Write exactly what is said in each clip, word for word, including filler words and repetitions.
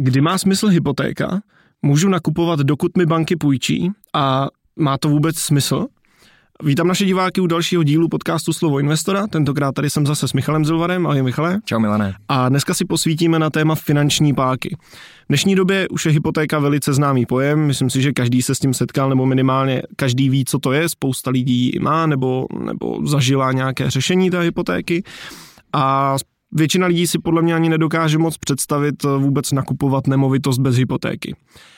Kdy má smysl hypotéka? Můžu nakupovat, dokud mi banky půjčí, a má to vůbec smysl? Vítám naše diváky u dalšího dílu podcastu Slovo investora. Tentokrát tady jsem zase s Michalem Zilvarem. Ahoj Michale. Čau Milane. A dneska si posvítíme na téma finanční páky. V dnešní době už je hypotéka velice známý pojem. Myslím si, že každý se s tím setkal, nebo minimálně každý ví, co to je. Spousta lidí ji má, nebo, nebo zažila nějaké řešení té hypotéky. A většina lidí si podle mě ani nedokáže moc představit vůbec nakupovat nemovitost bez hypotéky.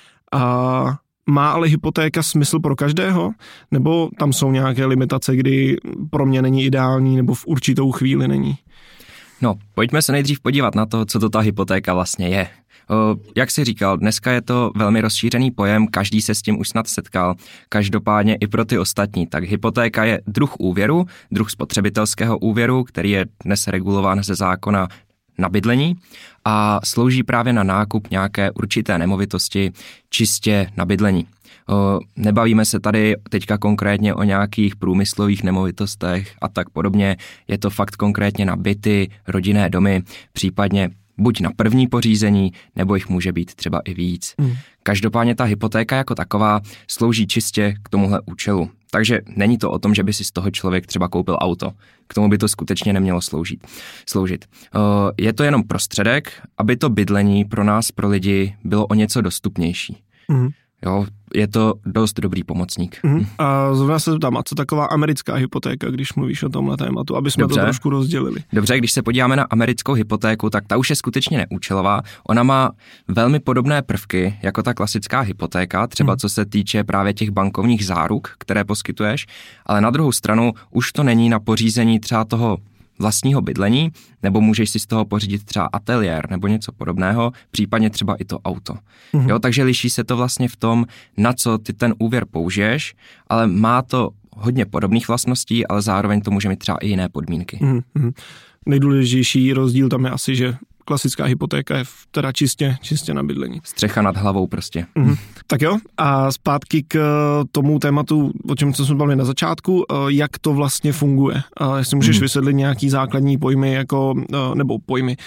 A má ale hypotéka smysl pro každého? Nebo tam jsou nějaké limitace, kdy pro mě není ideální, nebo v určitou chvíli není? No, pojďme se nejdřív podívat na to, co to ta hypotéka vlastně je. O, jak jsi říkal, dneska je to velmi rozšířený pojem, každý se s tím už snad setkal, každopádně i pro ty ostatní. Tak hypotéka je druh úvěru, druh spotřebitelského úvěru, který je dnes regulován ze zákona na bydlení a slouží právě na nákup nějaké určité nemovitosti čistě na bydlení. O, nebavíme se tady teďka konkrétně o nějakých průmyslových nemovitostech a tak podobně, je to fakt konkrétně na byty, rodinné domy, případně buď na první pořízení, nebo jich může být třeba i víc. Mm. Každopádně ta hypotéka jako taková slouží čistě k tomuhle účelu. Takže není to o tom, že by si z toho člověk třeba koupil auto. K tomu by to skutečně nemělo sloužit. sloužit. Je to jenom prostředek, aby to bydlení pro nás, pro lidi, bylo o něco dostupnější. Mm. Jo, je to dost dobrý pomocník. Mm. A zrovna se zeptám, a co taková americká hypotéka, když mluvíš o tomhle tématu, aby jsme Dobře. to trošku rozdělili? Dobře, když se podíváme na americkou hypotéku, tak ta už je skutečně neúčelová. Ona má velmi podobné prvky jako ta klasická hypotéka, třeba mm. co se týče právě těch bankovních záruk, které poskytuješ, ale na druhou stranu už to není na pořízení třeba toho vlastního bydlení, nebo můžeš si z toho pořídit třeba ateliér nebo něco podobného, případně třeba i to auto. Mm-hmm. Jo, takže liší se to vlastně v tom, na co ty ten úvěr použiješ, ale má to hodně podobných vlastností, ale zároveň to může mít třeba i jiné podmínky. Mm-hmm. Nejdůležitější rozdíl tam je asi, že klasická hypotéka je teda čistě, čistě na bydlení. Střecha nad hlavou prostě. Mm. Tak jo, a zpátky k tomu tématu, o čem jsme bavili na začátku, jak to vlastně funguje. Jestli můžeš mm. vysvětlit nějaký základní pojmy, jako, nebo pojmy,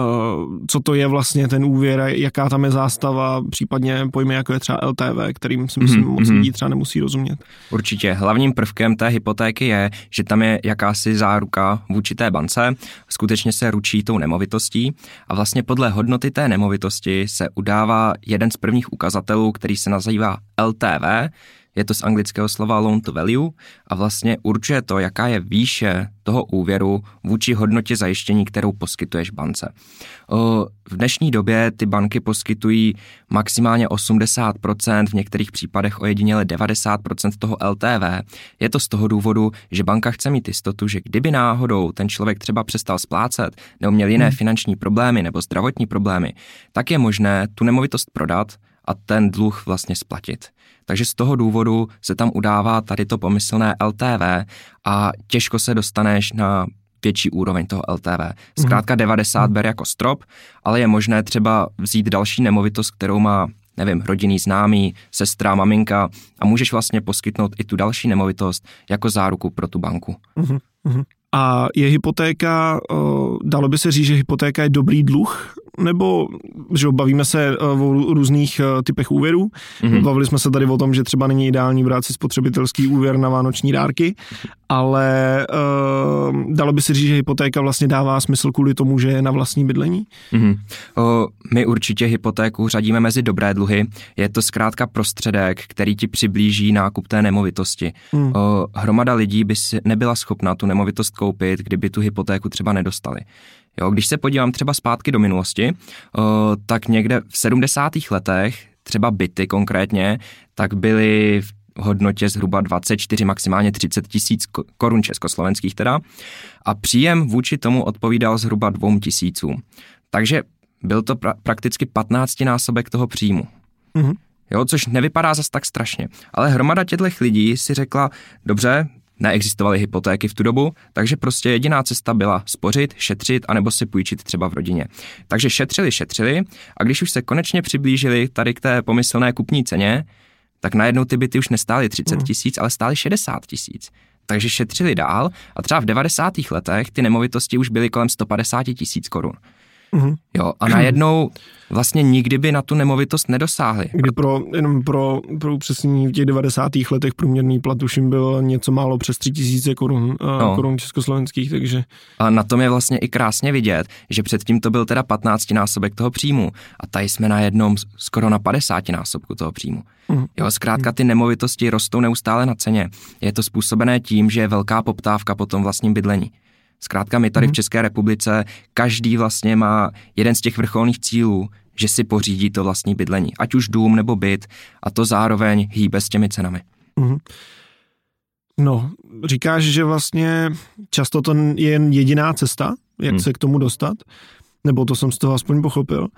co to je vlastně ten úvěr, jaká tam je zástava, případně pojmy, jako je třeba L T V, kterým si myslím mm. moc lidí třeba nemusí rozumět. Určitě. Hlavním prvkem té hypotéky je, že tam je jakási záruka vůči té bance, skutečně se ručí tou nemovitostí. A vlastně podle hodnoty té nemovitosti se udává jeden z prvních ukazatelů, který se nazývá L T V, je to z anglického slova loan to value a vlastně určuje to, jaká je výše toho úvěru vůči hodnotě zajištění, kterou poskytuješ bance. V dnešní době ty banky poskytují maximálně osmdesát procent, v některých případech ojediněle devadesát procent toho L T V. Je to z toho důvodu, že banka chce mít jistotu, že kdyby náhodou ten člověk třeba přestal splácet nebo měl jiné finanční problémy nebo zdravotní problémy, tak je možné tu nemovitost prodat a ten dluh vlastně splatit. Takže z toho důvodu se tam udává tady to pomyslné L T V a těžko se dostaneš na větší úroveň toho L T V. Zkrátka devadesát ber jako strop, ale je možné třeba vzít další nemovitost, kterou má, nevím, rodinný známý, sestra, maminka a můžeš vlastně poskytnout i tu další nemovitost jako záruku pro tu banku. Uh-huh, uh-huh. A je hypotéka, dalo by se říct, že hypotéka je dobrý dluh? Nebo, že bavíme se o různých typech úvěrů. Mm-hmm. Bavili jsme se tady o tom, že třeba není ideální brát si spotřebitelský úvěr na vánoční dárky, ale uh, dalo by se říct, že hypotéka vlastně dává smysl kvůli tomu, že je na vlastní bydlení? Mm-hmm. O, my určitě hypotéku řadíme mezi dobré dluhy. Je to zkrátka prostředek, který ti přiblíží nákup té nemovitosti. Mm. O, hromada lidí by si nebyla schopna tu nemovitost koupit, kdyby tu hypotéku třeba nedostali. Jo, když se podívám třeba zpátky do minulosti, o, tak někde v sedmdesátých letech, třeba byty konkrétně, tak byly v hodnotě zhruba dvacet čtyři, maximálně třicet tisíc korun československých teda a příjem vůči tomu odpovídal zhruba dvou tisícům. Takže byl to pra- prakticky patnáctinásobek toho příjmu. Mm-hmm. Jo, což nevypadá zas tak strašně. Ale hromada těchto lidí si řekla, dobře, neexistovaly hypotéky v tu dobu, takže prostě jediná cesta byla spořit, šetřit anebo si půjčit třeba v rodině. Takže šetřili, šetřili a když už se konečně přiblížili tady k té pomyslné kupní ceně, tak najednou ty byty už nestály třicet tisíc, ale stály šedesát tisíc. Takže šetřili dál a třeba v devadesátých letech ty nemovitosti už byly kolem sto padesát tisíc korun. Mm-hmm. Jo, a najednou vlastně nikdy by na tu nemovitost nedosáhli. Kdy pro, jenom pro, pro upřesnění v těch devadesátých letech průměrný plat tuším byl něco málo přes tři tisíce korun, no. korun československých, takže... A na tom je vlastně i krásně vidět, že předtím to byl teda patnáctinásobek toho příjmu a tady jsme na jednom skoro na padesátinásobku toho příjmu. Mm. Jo, zkrátka ty nemovitosti rostou neustále na ceně. Je to způsobené tím, že je velká poptávka po tom vlastním bydlení. Zkrátka my tady v České republice každý vlastně má jeden z těch vrcholných cílů, že si pořídí to vlastní bydlení, ať už dům nebo byt, a to zároveň hýbe s těmi cenami. Mm-hmm. No, říkáš, že vlastně často to je jen jediná cesta, jak hmm. se k tomu dostat, nebo to jsem z toho aspoň pochopil,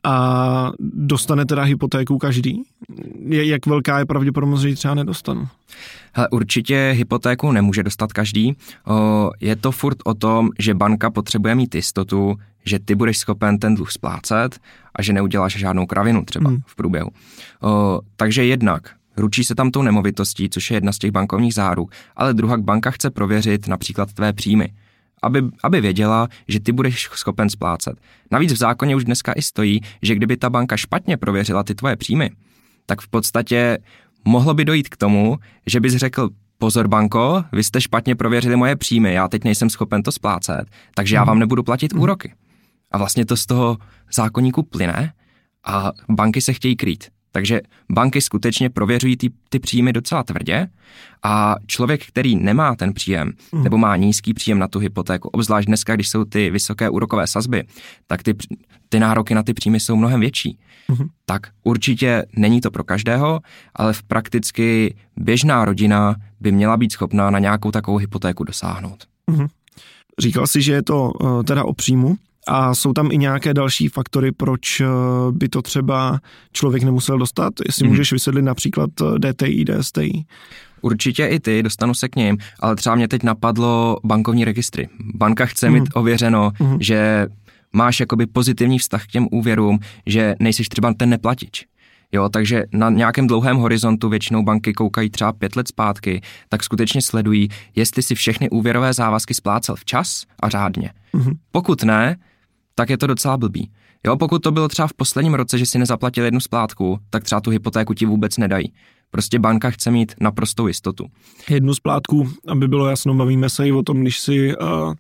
a dostane teda hypotéku každý? Jak velká je pravděpodobnost, že ji třeba nedostanu? Hele, určitě hypotéku nemůže dostat každý. O, je to furt o tom, že banka potřebuje mít jistotu, že ty budeš schopen ten dluh splácet a že neuděláš žádnou kravinu třeba hmm. v průběhu. O, takže jednak ručí se tam tou nemovitostí, což je jedna z těch bankovních záruk, ale druhá banka chce prověřit například tvé příjmy, aby, aby věděla, že ty budeš schopen splácet. Navíc v zákoně už dneska i stojí, že kdyby ta banka špatně prověřila ty tvoje příjmy, tak v podstatě mohlo by dojít k tomu, že bys řekl: pozor banko, vy jste špatně prověřili moje příjmy, já teď nejsem schopen to splácet, takže já vám nebudu platit mm. úroky. A vlastně to z toho zákoníku plyne a banky se chtějí krýt. Takže banky skutečně prověřují ty, ty příjmy docela tvrdě a člověk, který nemá ten příjem mm. nebo má nízký příjem na tu hypotéku, obzvlášť dneska, když jsou ty vysoké úrokové sazby, tak ty, ty nároky na ty příjmy jsou mnohem větší. Mm. Tak určitě není to pro každého, ale v prakticky běžná rodina by měla být schopná na nějakou takovou hypotéku dosáhnout. Mm. Říkal jsi, že je to uh, teda o příjmu. A jsou tam i nějaké další faktory, proč by to třeba člověk nemusel dostat? Jestli mm. můžeš vysvětlit například D T I, D S T I? Určitě i ty, dostanu se k ním, ale třeba mě teď napadlo bankovní registry. Banka chce mm. mít ověřeno, mm. že máš jakoby pozitivní vztah k těm úvěrům, že nejsiš třeba ten neplatič. Jo, takže na nějakém dlouhém horizontu většinou banky koukají třeba pět let zpátky, tak skutečně sledují, jestli si všechny úvěrové závazky splácel včas a řádně. Mm. Pokud ne, tak je to docela blbý. Jo, pokud to bylo třeba v posledním roce, že si nezaplatil jednu splátku, tak třeba tu hypotéku ti vůbec nedají. Prostě banka chce mít naprostou jistotu. Jednu splátku, aby bylo jasno, bavíme se i o tom, když si uh,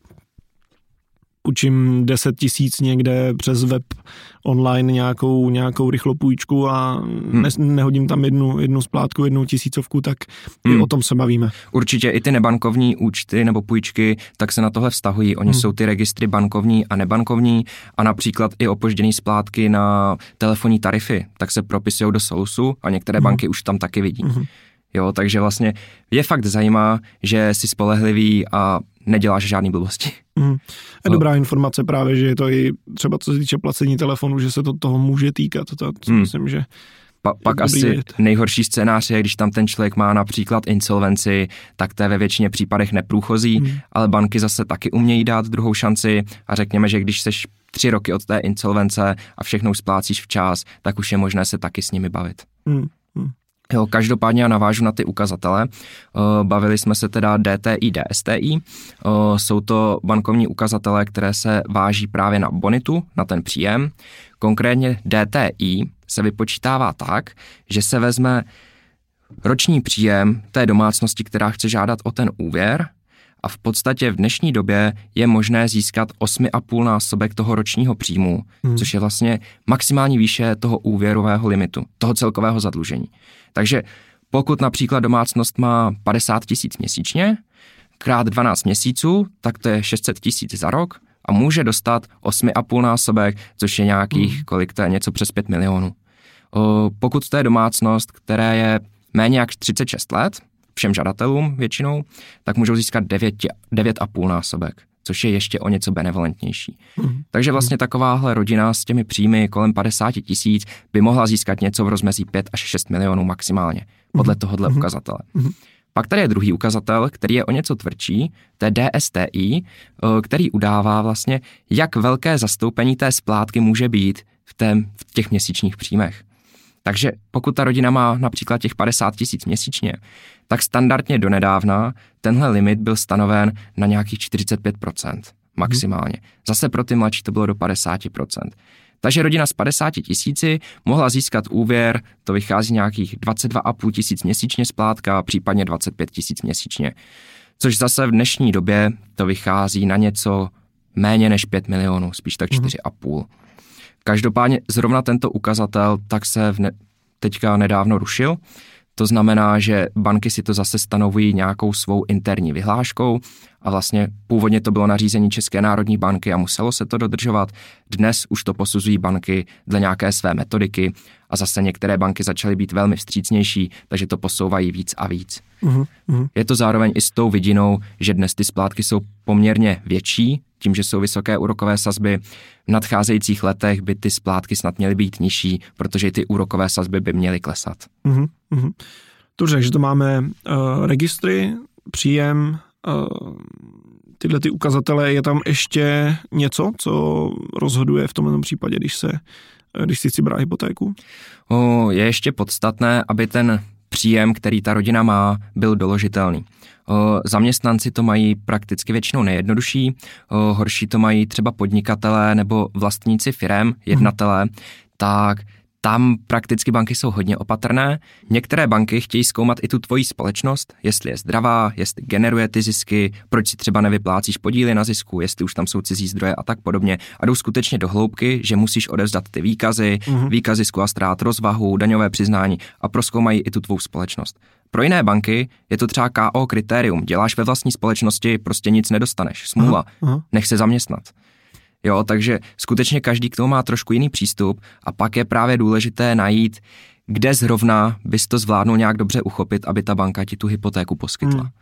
učím deset tisíc někde přes web online nějakou, nějakou rychlopůjčku a hmm. ne, nehodím tam jednu, jednu splátku, jednu tisícovku, tak hmm. i o tom se bavíme. Určitě i ty nebankovní účty nebo půjčky, tak se na tohle vztahují. Oni hmm. jsou ty registry bankovní a nebankovní a například i opožděný splátky na telefonní tarify, tak se propisují do Solusu a některé hmm. banky už tam taky vidí. Hmm. Jo, takže vlastně je fakt zajímá, že jsi spolehlivý a neděláš žádný blbosti. Mm. Je dobrá informace právě, že je to i třeba co se týče placení telefonu, že se to toho může týkat. To, to mm. myslím, že pa, pak asi vědět. Nejhorší scénář je, když tam ten člověk má například insolvenci, tak to je ve většině případech neprůchozí, mm. ale banky zase taky umějí dát druhou šanci a řekněme, že když seš tři roky od té insolvence a všechno splácíš včas, tak už je možné se taky s nimi bavit. Mm. Mm. Jo, každopádně já navážu na ty ukazatele. Bavili jsme se teda D T I, D S T I. Jsou to bankovní ukazatele, které se váží právě na bonitu, na ten příjem. Konkrétně D T I se vypočítává tak, že se vezme roční příjem té domácnosti, která chce žádat o ten úvěr, a v podstatě v dnešní době je možné získat osmi a půl násobek toho ročního příjmu, hmm. což je vlastně maximální výše toho úvěrového limitu, toho celkového zadlužení. Takže pokud například domácnost má padesát tisíc měsíčně, krát dvanáct měsíců, tak to je šest set tisíc za rok a může dostat osmi a půl násobek, což je nějakých, hmm. kolik to je, něco přes pět milionů. O, pokud to je domácnost, která je méně jak třicet šest let, všem žadatelům většinou, tak můžou získat devět a půl násobek, což je ještě o něco benevolentnější. Mm. Takže vlastně takováhle rodina s těmi příjmy kolem padesát tisíc by mohla získat něco v rozmezí pět až šest milionů maximálně, podle mm. tohohle mm. ukazatele. Mm. Pak tady je druhý ukazatel, který je o něco tvrdší, to je D S T I, který udává vlastně, jak velké zastoupení té splátky může být v, tém, v těch měsíčních příjmech. Takže pokud ta rodina má například těch padesát tisíc měsíčně, tak standardně donedávna tenhle limit byl stanoven na nějakých čtyřicet pět procent. maximálně. Zase pro ty mladší to bylo do padesát procent. Takže rodina s padesáti tisíci mohla získat úvěr, to vychází nějakých dvacet dva a půl tisíc měsíčně splátka, případně dvacet pět tisíc měsíčně. Což zase v dnešní době to vychází na něco méně než pět milionů, spíš tak čtyři a půl. Každopádně zrovna tento ukazatel tak se v ne- teďka nedávno rušil. To znamená, že banky si to zase stanovují nějakou svou interní vyhláškou a vlastně původně to bylo nařízení České národní banky a muselo se to dodržovat. Dnes už to posuzují banky dle nějaké své metodiky a zase některé banky začaly být velmi vstřícnější, takže to posouvají víc a víc. Uhum. Je to zároveň i s tou vidinou, že dnes ty splátky jsou poměrně větší, tím, že jsou vysoké úrokové sazby. V nadcházejících letech by ty splátky snad měly být nižší, protože ty úrokové sazby by měly klesat. Uhum. Uhum. Dobře, že to máme uh, registry, příjem, uh, tyhle ty ukazatele. Je tam ještě něco, co rozhoduje v tomhle případě, když se, když si chci brát hypotéku? O, je ještě podstatné, aby ten příjem, který ta rodina má, byl doložitelný. O, zaměstnanci to mají prakticky většinou nejjednodušší, o, horší to mají třeba podnikatelé nebo vlastníci firem, jednatelé, hmm. tak tam prakticky banky jsou hodně opatrné. Některé banky chtějí zkoumat i tu tvoji společnost, jestli je zdravá, jestli generuje ty zisky, proč si třeba nevyplácíš podíly na zisku, jestli už tam jsou cizí zdroje a tak podobně. A jdou skutečně do hloubky, že musíš odevzdat ty výkazy, mm-hmm. výkaz zisku a ztrát, rozvahu, daňové přiznání a prozkoumají i tu tvou společnost. Pro jiné banky je to třeba K O kritérium. Děláš ve vlastní společnosti, prostě nic nedostaneš. Smůla. Aha. Nech se zaměstnat. Jo, takže skutečně každý k tomu má trošku jiný přístup a pak je právě důležité najít, kde zrovna bys to zvládnul nějak dobře uchopit, aby ta banka ti tu hypotéku poskytla. Hmm.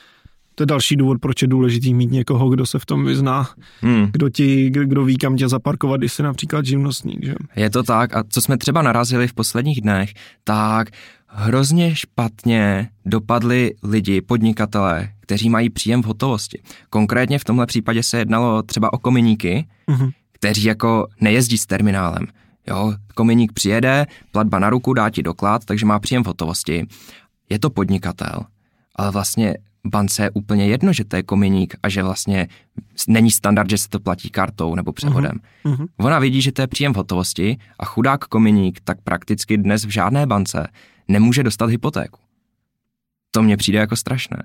To je další důvod, proč je důležitý mít někoho, kdo se v tom vyzná, hmm. kdo, ti, kdo ví, kam tě zaparkovat, když jsi například živnostník. Že? Je to tak a co jsme třeba narazili v posledních dnech, tak hrozně špatně dopadli lidi, podnikatelé, kteří mají příjem v hotovosti. Konkrétně v tomhle případě se jednalo třeba o kominíky, mm-hmm. kteří jako nejezdí s terminálem. Jo, kominík přijede, platba na ruku, dá ti doklad, takže má příjem v hotovosti. Je to podnikatel, ale vlastně bance je úplně jedno, že to je kominík a že vlastně není standard, že se to platí kartou nebo převodem. Mm-hmm. Ona vidí, že to je příjem v hotovosti a chudák kominík tak prakticky dnes v žádné bance nemůže dostat hypotéku. To mně přijde jako strašné.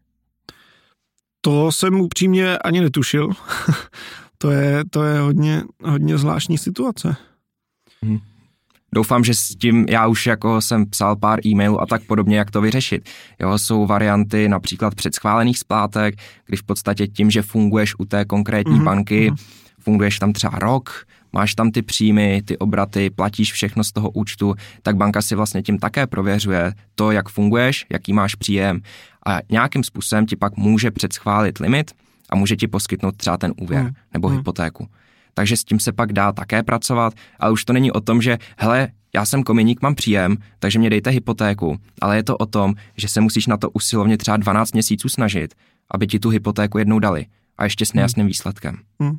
To jsem upřímně ani netušil. to je, to je hodně, hodně zvláštní situace. Hmm. Doufám, že s tím já už jako jsem psal pár e-mailů a tak podobně, jak to vyřešit. Jo, jsou varianty například předschválených splátek, kdy v podstatě tím, že funguješ u té konkrétní mm-hmm. banky, funguješ tam třeba rok, máš tam ty příjmy, ty obraty, platíš všechno z toho účtu, tak banka si vlastně tím také prověřuje to, jak funguješ, jaký máš příjem a nějakým způsobem ti pak může předschválit limit a může ti poskytnout třeba ten úvěr hmm. nebo hmm. hypotéku. Takže s tím se pak dá také pracovat, ale už to není o tom, že hele, já jsem kominík, mám příjem, takže mě dejte hypotéku, ale je to o tom, že se musíš na to usilovně třeba dvanáct měsíců snažit, aby ti tu hypotéku jednou dali a ještě s nejasným hmm. výsledkem. Hmm.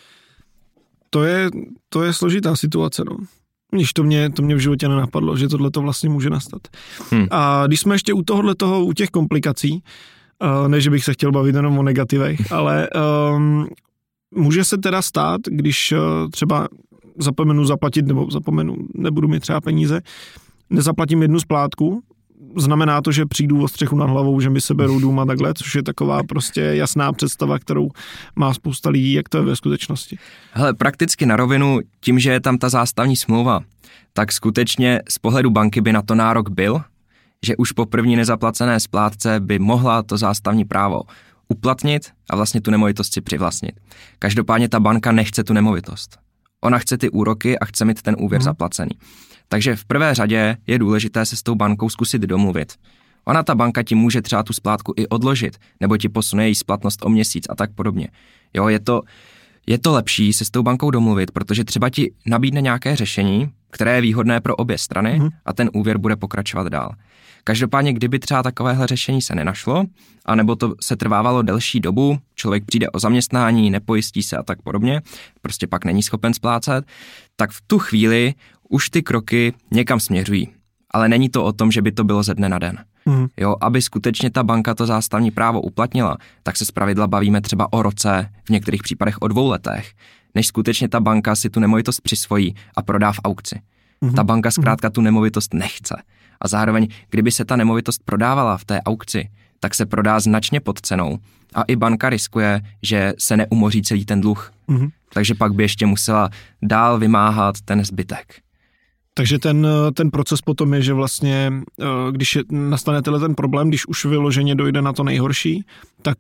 To je, to je složitá situace, no. Když to mě, to mě v životě nenapadlo, že tohle to vlastně může nastat. Hmm. A když jsme ještě u tohohle toho, u těch komplikací, uh, ne, že bych se chtěl bavit jenom o negativech, ale um, může se teda stát, když uh, třeba zapomenu zaplatit, nebo zapomenu, nebudu mít třeba peníze, nezaplatím jednu splátku, znamená to, že přijdu o střechu nad hlavou, že mi seberou dům a takhle, což je taková prostě jasná představa, kterou má spousta lidí, jak to je ve skutečnosti. Hele, prakticky na rovinu, tím, že je tam ta zástavní smlouva, tak skutečně z pohledu banky by na to nárok byl, že už po první nezaplacené splátce by mohla to zástavní právo uplatnit a vlastně tu nemovitost si přivlastnit. Každopádně ta banka nechce tu nemovitost. Ona chce ty úroky a chce mít ten úvěr hmm. zaplacený. Takže v prvé řadě je důležité se s tou bankou zkusit domluvit. Ona, ta banka, ti může třeba tu splátku i odložit, nebo ti posune její splatnost o měsíc a tak podobně. Jo, je to, je to lepší se s tou bankou domluvit, protože třeba ti nabídne nějaké řešení, které je výhodné pro obě strany mm. a ten úvěr bude pokračovat dál. Každopádně, kdyby třeba takovéhle řešení se nenašlo, anebo to se trvávalo delší dobu, člověk přijde o zaměstnání, nepojistí se a tak podobně, prostě pak není schopen splácet, tak v tu chvíli už ty kroky někam směřují. Ale není to o tom, že by to bylo ze dne na den. Mm. Jo, aby skutečně ta banka to zástavní právo uplatnila, tak se zpravidla bavíme třeba o roce, v některých případech o dvou letech, než skutečně ta banka si tu nemovitost přisvojí a prodá v aukci. Mm. Ta banka zkrátka tu nemovitost nechce. A zároveň, kdyby se ta nemovitost prodávala v té aukci, tak se prodá značně pod cenou a i banka riskuje, že se neumoří celý ten dluh. Mm. Takže pak by ještě musela dál vymáhat ten zbytek. Takže ten, ten proces potom je, že vlastně, když je, nastane ten problém, když už vyloženě dojde na to nejhorší, tak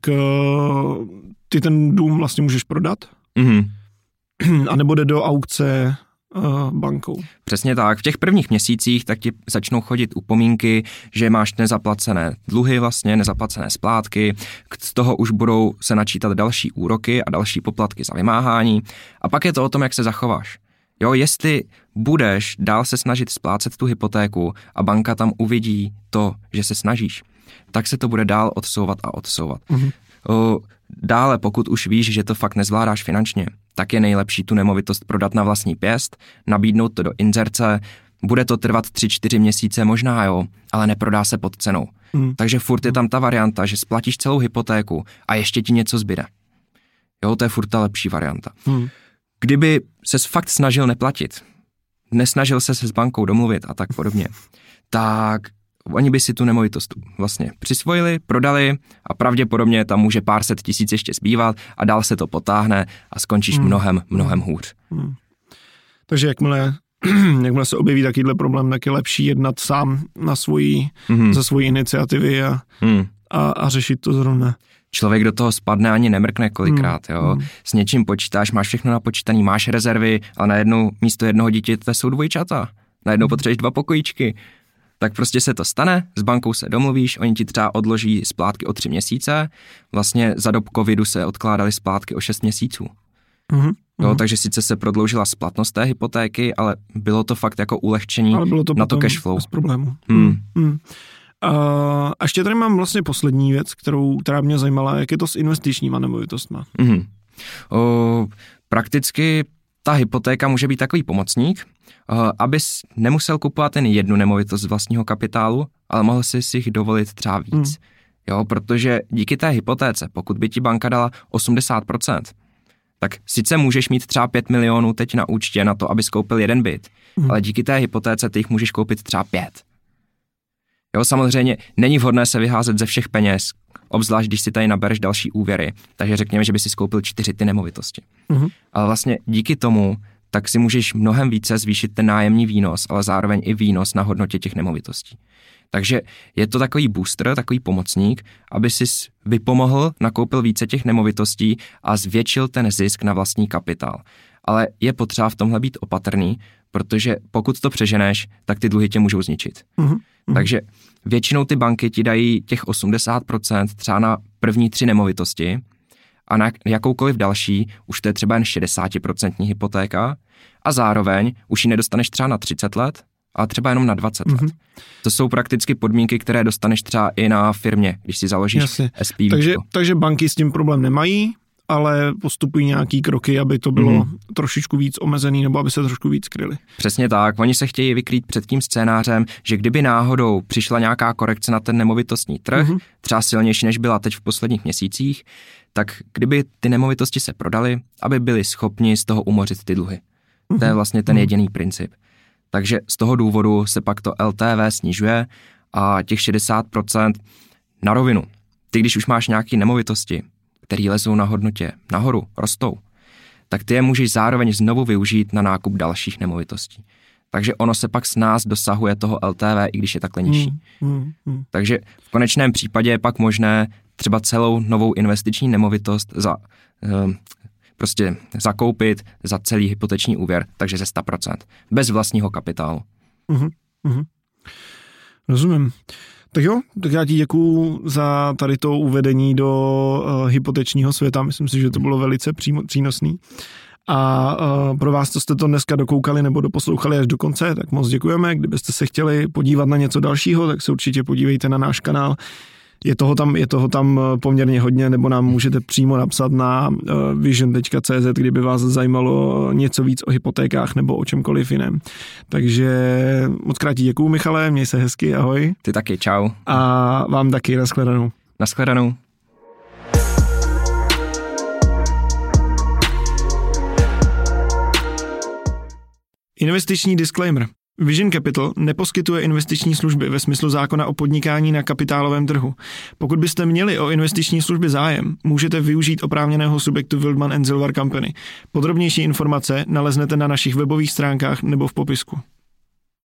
ty ten dům vlastně můžeš prodat, mm-hmm. a nebo jde do aukce bankou. Přesně tak. V těch prvních měsících tak ti začnou chodit upomínky, že máš nezaplacené dluhy vlastně, nezaplacené splátky, z toho už budou se načítat další úroky a další poplatky za vymáhání a pak je to o tom, jak se zachováš. Jo, jestli budeš dál se snažit splácet tu hypotéku a banka tam uvidí to, že se snažíš, tak se to bude dál odsouvat a odsouvat. Mm-hmm. O, dále, pokud už víš, že to fakt nezvládáš finančně, tak je nejlepší tu nemovitost prodat na vlastní pěst, nabídnout to do inzerce, bude to trvat tři čtyři měsíce možná, jo, ale neprodá se pod cenou. Mm. Takže furt je tam ta varianta, že splatíš celou hypotéku a ještě ti něco zbyde. Jo, to je furt ta lepší varianta. Mm. Kdyby ses fakt snažil neplatit, nesnažil se se s bankou domluvit a tak podobně, tak oni by si tu nemovitost vlastně přisvojili, prodali a pravděpodobně tam může pár set tisíc ještě zbývat a dál se to potáhne a skončíš hmm. mnohem, mnohem hůř. Hmm. Takže jakmile, jakmile se objeví takovýhle problém, tak je lepší jednat sám na svojí, hmm. za svojí iniciativy a, hmm. a, a řešit to zrovna. Člověk do toho spadne ani nemrkne kolikrát, jo. Hmm. S něčím počítáš, máš všechno napočítaný, máš rezervy a najednou místo jednoho dítěte jsou dvojčata. Najednou hmm. potřebuješ dva pokojíčky. Tak prostě se to stane, s bankou se domluvíš, oni ti třeba odloží splátky o tři měsíce, vlastně za dob covidu se odkládaly splátky o šest měsíců. Mm-hmm. Jo, takže sice se prodloužila splatnost té hypotéky, ale bylo to fakt jako ulehčení to na to cash flow. Bez problému. Hmm. Hmm. A ještě tady mám vlastně poslední věc, kterou, která mě zajímala, jak je to s investičníma nemovitostma. Mm-hmm. O, prakticky ta hypotéka může být takový pomocník, abys nemusel kupovat jen jednu nemovitost z vlastního kapitálu, ale mohl si si jich dovolit třeba víc. Hmm. Jo, protože díky té hypotéce, pokud by ti banka dala osmdesát procent, tak sice můžeš mít třeba pět milionů teď na účtě na to, abys koupil jeden byt, hmm. ale díky té hypotéce ty jich můžeš koupit třeba pět. Jo, samozřejmě není vhodné se vyházet ze všech peněz, obzvlášť když si tady nabereš další úvěry, takže řekněme, že by si skoupil čtyři ty nemovitosti. Hmm. Ale vlastně díky tomu tak si můžeš mnohem více zvýšit ten nájemní výnos, ale zároveň i výnos na hodnotě těch nemovitostí. Takže je to takový booster, takový pomocník, aby si vypomohl, nakoupil více těch nemovitostí a zvětšil ten zisk na vlastní kapitál. Ale je potřeba v tomhle být opatrný, protože pokud to přeženeš, tak ty dluhy tě můžou zničit. Mm-hmm. Takže většinou ty banky ti dají těch osmdesát procent třeba na první tři nemovitosti, a na jakoukoliv další, už to je třeba jen šedesát procent hypotéka a zároveň už ji nedostaneš třeba na třicet let, ale třeba jenom na dvacet mm-hmm. let. To jsou prakticky podmínky, které dostaneš třeba i na firmě, když si založíš Jasně. S P V. Takže, takže banky s tím problém nemají, ale postupují nějaký kroky, aby to bylo mm. trošičku víc omezený nebo aby se trošku víc kryli. Přesně tak. Oni se chtějí vykrýt před tím scénářem, že kdyby náhodou přišla nějaká korekce na ten nemovitostní trh, mm. třeba silnější, než byla teď v posledních měsících, tak kdyby ty nemovitosti se prodaly, aby byli schopni z toho umořit ty dluhy. Mm. To je vlastně ten jediný princip. Takže z toho důvodu se pak to L T V snižuje a těch šedesát procent na rovinu. Ty, když už máš nějaké nemovitosti, které lezou na hodnotě nahoru, rostou, tak ty je můžeš zároveň znovu využít na nákup dalších nemovitostí. Takže ono se pak s nás dosahuje toho L T V, i když je takhle nižší. Mm, mm, mm. Takže v konečném případě je pak možné třeba celou novou investiční nemovitost za, um, prostě zakoupit za celý hypoteční úvěr, takže ze sto procent, bez vlastního kapitálu. Mm, mm. Rozumím. Tak jo, tak já ti děkuju za tady to uvedení do uh, hypotečního světa. Myslím si, že to bylo velice přímo, přínosný. A uh, pro vás, co jste to dneska dokoukali nebo doposlouchali až do konce, tak moc děkujeme. Kdybyste se chtěli podívat na něco dalšího, tak se určitě podívejte na náš kanál Je toho tam, je toho tam poměrně hodně, nebo nám můžete přímo napsat na vision tečka cé zet, kdyby vás zajímalo něco víc o hypotékách nebo o čemkoliv jiném. Takže moc krát děkuju, Michale, měj se hezky, ahoj. Ty taky, čau. A vám taky, nashledanou. Nashledanou. Investiční disclaimer. Vision Capital neposkytuje investiční služby ve smyslu zákona o podnikání na kapitálovém trhu. Pokud byste měli o investiční služby zájem, můžete využít oprávněného subjektu Wildman and Silver Company. Podrobnější informace naleznete na našich webových stránkách nebo v popisku.